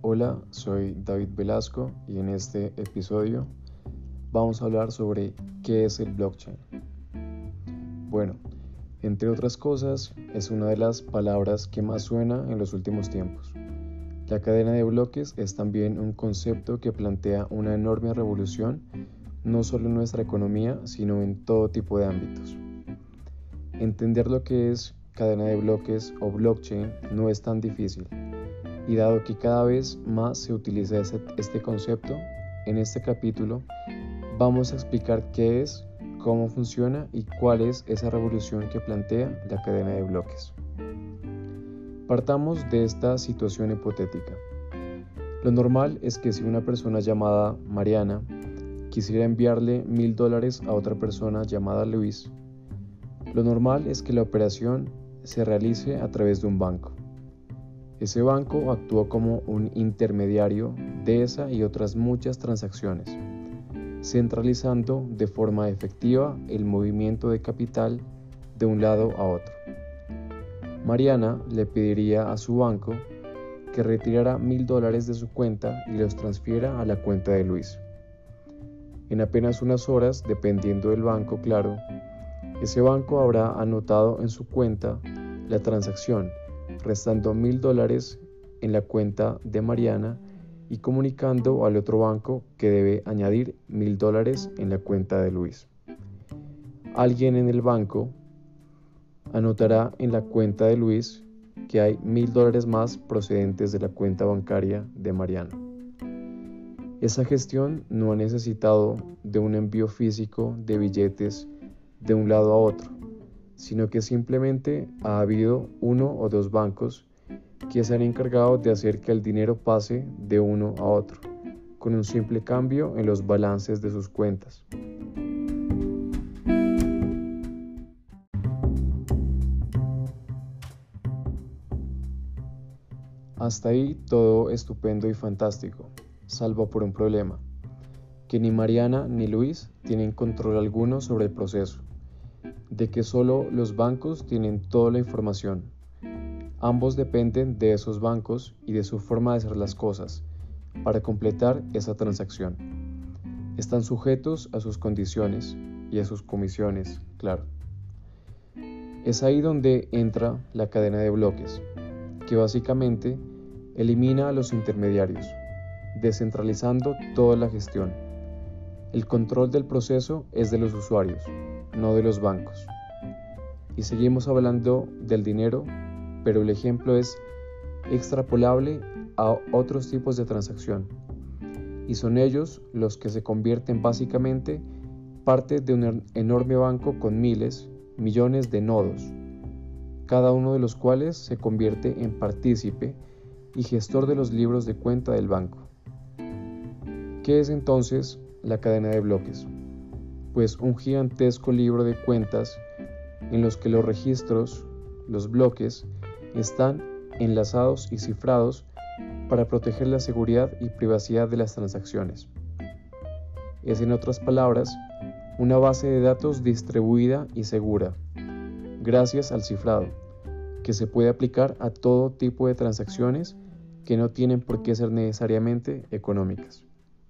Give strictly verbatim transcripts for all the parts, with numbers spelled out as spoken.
Hola, soy David Velasco y en este episodio vamos a hablar sobre qué es el blockchain. Bueno, entre otras cosas, es una de las palabras que más suena en los últimos tiempos. La cadena de bloques es también un concepto que plantea una enorme revolución, no solo en nuestra economía, sino en todo tipo de ámbitos. Entender lo que es cadena de bloques o blockchain no es tan difícil. Y dado que cada vez más se utiliza este concepto, en este capítulo vamos a explicar qué es, cómo funciona y cuál es esa revolución que plantea la cadena de bloques. Partamos de esta situación hipotética. Lo normal es que si una persona llamada Mariana quisiera enviarle mil dólares a otra persona llamada Luis, lo normal es que la operación se realice a través de un banco. Ese banco actúa como un intermediario de esa y otras muchas transacciones, centralizando de forma efectiva el movimiento de capital de un lado a otro. Mariana le pediría a su banco que retirara mil dólares de su cuenta y los transfiera a la cuenta de Luis. En apenas unas horas, dependiendo del banco, claro, ese banco habrá anotado en su cuenta la transacción, restando mil dólares en la cuenta de Mariana y comunicando al otro banco que debe añadir mil dólares en la cuenta de Luis. Alguien en el banco anotará en la cuenta de Luis que hay mil dólares más procedentes de la cuenta bancaria de Mariana. Esa gestión no ha necesitado de un envío físico de billetes de un lado a otro, sino que simplemente ha habido uno o dos bancos que se han encargado de hacer que el dinero pase de uno a otro, con un simple cambio en los balances de sus cuentas. Hasta ahí todo estupendo y fantástico, salvo por un problema, que ni Mariana ni Luis tienen control alguno sobre el proceso, de que solo los bancos tienen toda la información. Ambos dependen de esos bancos y de su forma de hacer las cosas para completar esa transacción. Están sujetos a sus condiciones y a sus comisiones, claro. Es ahí donde entra la cadena de bloques, que básicamente elimina a los intermediarios, descentralizando toda la gestión. El control del proceso es de los usuarios, no de los bancos. Y seguimos hablando del dinero, pero el ejemplo es extrapolable a otros tipos de transacción. Y son ellos los que se convierten básicamente parte de un enorme banco con miles, millones de nodos, cada uno de los cuales se convierte en partícipe y gestor de los libros de cuenta del banco. ¿Qué es entonces la cadena de bloques? Pues un gigantesco libro de cuentas en los que los registros, los bloques, están enlazados y cifrados para proteger la seguridad y privacidad de las transacciones. Es, en otras palabras, una base de datos distribuida y segura, gracias al cifrado, que se puede aplicar a todo tipo de transacciones que no tienen por qué ser necesariamente económicas.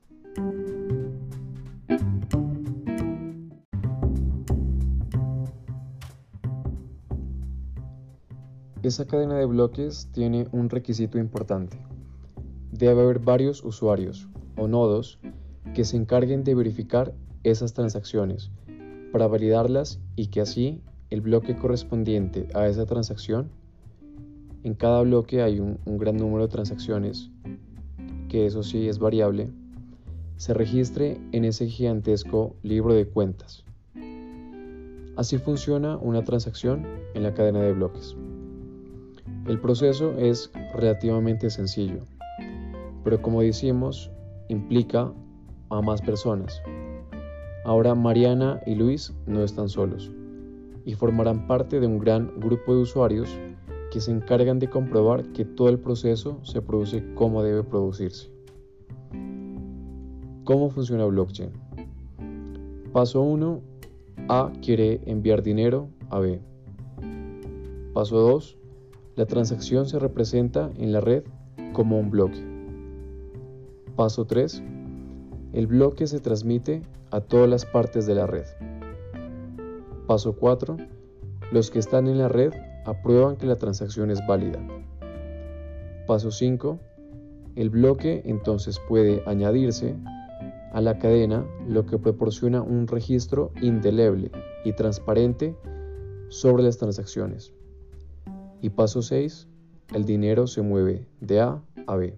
Esa cadena de bloques tiene un requisito importante. Debe haber varios usuarios o nodos que se encarguen de verificar esas transacciones para validarlas y que así el bloque correspondiente a esa transacción, en cada bloque hay un, un gran número de transacciones, que eso sí es variable, se registre en ese gigantesco libro de cuentas. Así funciona una transacción en la cadena de bloques. El proceso es relativamente sencillo, pero como decimos, implica a más personas. Ahora Mariana y Luis no están solos y formarán parte de un gran grupo de usuarios que se encargan de comprobar que todo el proceso se produce como debe producirse. ¿Cómo funciona blockchain? Paso uno. A quiere enviar dinero a B. Paso dos. La transacción se representa en la red como un bloque. Paso tres. El bloque se transmite a todas las partes de la red. Paso cuatro. Los que están en la red aprueban que la transacción es válida. Paso cinco. El bloque entonces puede añadirse a la cadena, lo que proporciona un registro indeleble y transparente sobre las transacciones. Y paso seis. El dinero se mueve de A a B.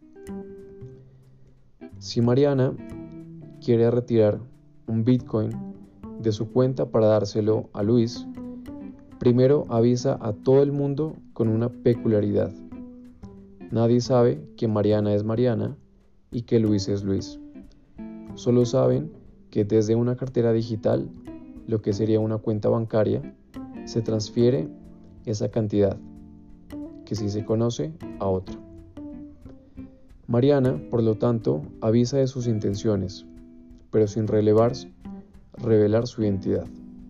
Si Mariana quiere retirar un Bitcoin de su cuenta para dárselo a Luis, primero avisa a todo el mundo con una peculiaridad. Nadie sabe que Mariana es Mariana y que Luis es Luis. Solo saben que desde una cartera digital, lo que sería una cuenta bancaria, se transfiere esa cantidad, que sí se conoce, a otra. Mariana, por lo tanto, avisa de sus intenciones, pero sin relevar, revelar su identidad.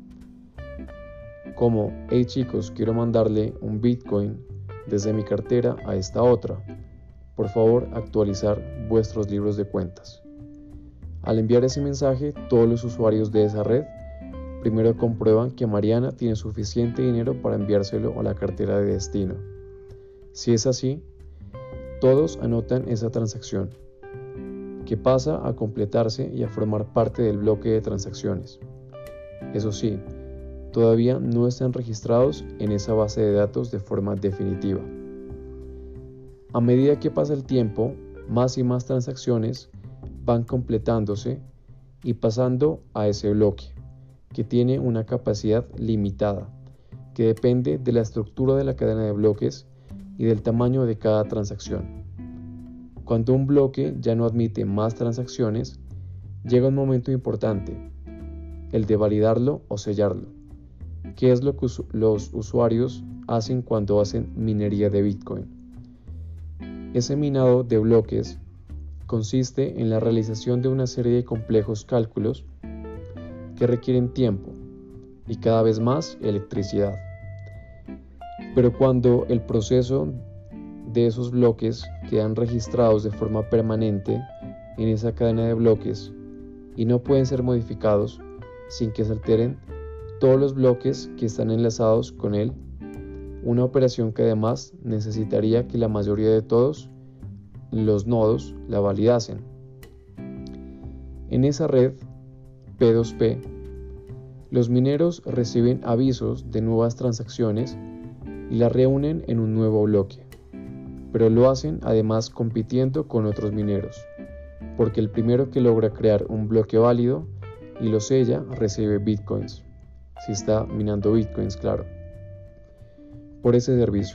Como, hey chicos, quiero mandarle un Bitcoin desde mi cartera a esta otra. Por favor, actualizar vuestros libros de cuentas. Al enviar ese mensaje, todos los usuarios de esa red primero comprueban que Mariana tiene suficiente dinero para enviárselo a la cartera de destino. Si es así, todos anotan esa transacción, que pasa a completarse y a formar parte del bloque de transacciones. Eso sí, todavía no están registrados en esa base de datos de forma definitiva. A medida que pasa el tiempo, más y más transacciones van completándose y pasando a ese bloque, que tiene una capacidad limitada, que depende de la estructura de la cadena de bloques y del tamaño de cada transacción. Cuando un bloque ya no admite más transacciones, llega un momento importante, el de validarlo o sellarlo, que es lo que los usuarios hacen cuando hacen minería de Bitcoin. Ese minado de bloques consiste en la realización de una serie de complejos cálculos que requieren tiempo y cada vez más electricidad. Pero cuando el proceso de esos bloques quedan registrados de forma permanente en esa cadena de bloques y no pueden ser modificados sin que se alteren todos los bloques que están enlazados con él, una operación que además necesitaría que la mayoría de todos los nodos la validasen. En esa red P dos P, los mineros reciben avisos de nuevas transacciones y las reúnen en un nuevo bloque, pero lo hacen además compitiendo con otros mineros, porque el primero que logra crear un bloque válido y lo sella recibe bitcoins, si está minando bitcoins, claro, por ese servicio,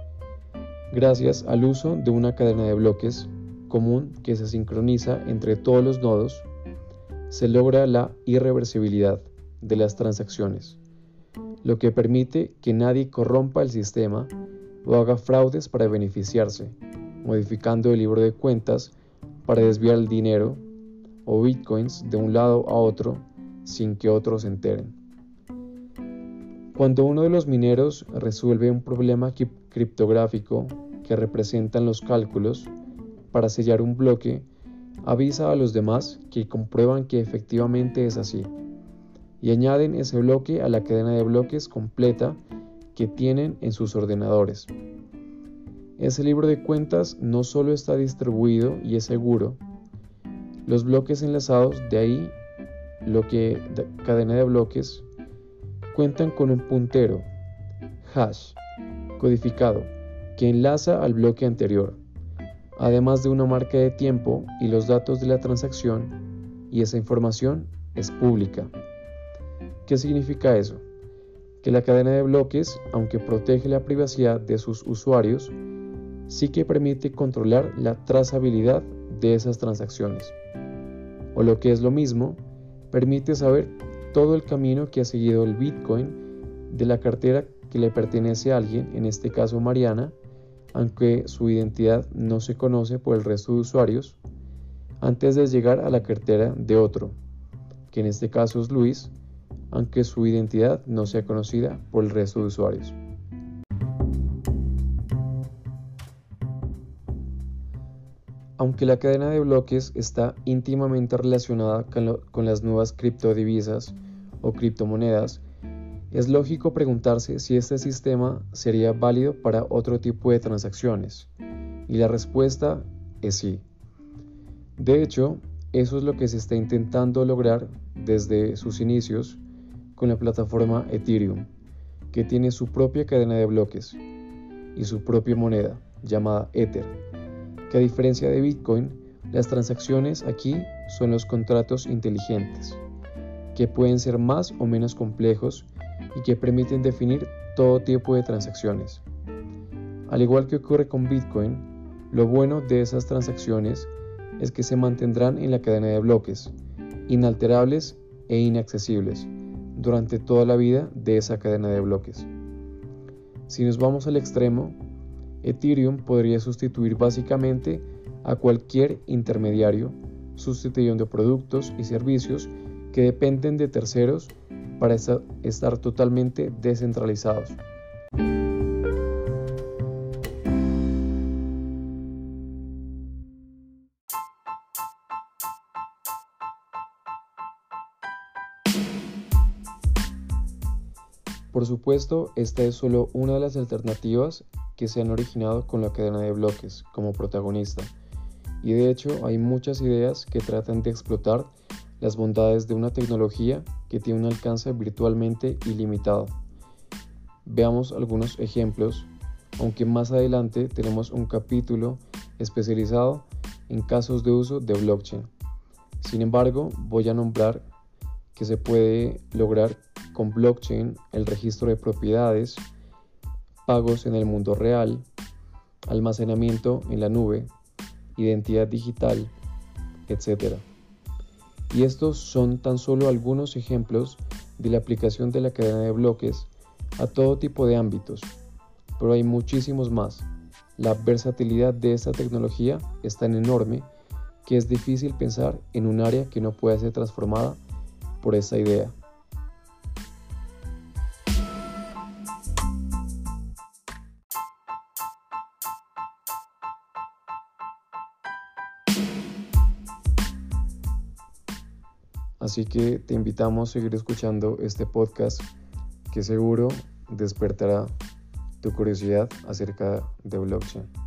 gracias al uso de una cadena de bloques común que se sincroniza entre todos los nodos. Se logra la irreversibilidad de las transacciones, lo que permite que nadie corrompa el sistema o haga fraudes para beneficiarse, modificando el libro de cuentas para desviar el dinero o bitcoins de un lado a otro sin que otros se enteren. Cuando uno de los mineros resuelve un problema criptográfico que representan los cálculos para sellar un bloque, avisa a los demás que comprueban que efectivamente es así y añaden ese bloque a la cadena de bloques completa que tienen en sus ordenadores. Ese libro de cuentas no solo está distribuido y es seguro, los bloques enlazados de ahí, lo que de cadena de bloques, cuentan con un puntero, hash, codificado, que enlaza al bloque anterior, además de una marca de tiempo y los datos de la transacción, y esa información es pública. ¿Qué significa eso? Que la cadena de bloques, aunque protege la privacidad de sus usuarios, sí que permite controlar la trazabilidad de esas transacciones. O lo que es lo mismo, permite saber todo el camino que ha seguido el Bitcoin de la cartera que le pertenece a alguien, en este caso Mariana, aunque su identidad no se conoce por el resto de usuarios, antes de llegar a la cartera de otro, que en este caso es Luis, aunque su identidad no sea conocida por el resto de usuarios. Aunque la cadena de bloques está íntimamente relacionada con, lo, con las nuevas criptodivisas o criptomonedas, es lógico preguntarse si este sistema sería válido para otro tipo de transacciones, y la respuesta es sí. De hecho, eso es lo que se está intentando lograr desde sus inicios con la plataforma Ethereum, que tiene su propia cadena de bloques y su propia moneda, llamada Ether, que a diferencia de Bitcoin, las transacciones aquí son los contratos inteligentes, que pueden ser más o menos complejos y que permiten definir todo tipo de transacciones. Al igual que ocurre con Bitcoin, lo bueno de esas transacciones es que se mantendrán en la cadena de bloques, inalterables e inaccesibles, durante toda la vida de esa cadena de bloques. Si nos vamos al extremo, Ethereum podría sustituir básicamente a cualquier intermediario, sustituyendo productos y servicios que dependen de terceros para estar totalmente descentralizados. Por supuesto, esta es solo una de las alternativas que se han originado con la cadena de bloques como protagonista, y de hecho hay muchas ideas que tratan de explotar las bondades de una tecnología que tiene un alcance virtualmente ilimitado. Veamos algunos ejemplos, aunque más adelante tenemos un capítulo especializado en casos de uso de blockchain. Sin embargo, voy a nombrar que se puede lograr con blockchain el registro de propiedades, pagos en el mundo real, almacenamiento en la nube, identidad digital, etcétera. Y estos son tan solo algunos ejemplos de la aplicación de la cadena de bloques a todo tipo de ámbitos, pero hay muchísimos más. La versatilidad de esta tecnología es tan enorme que es difícil pensar en un área que no pueda ser transformada por esa idea. Así que te invitamos a seguir escuchando este podcast que seguro despertará tu curiosidad acerca de blockchain.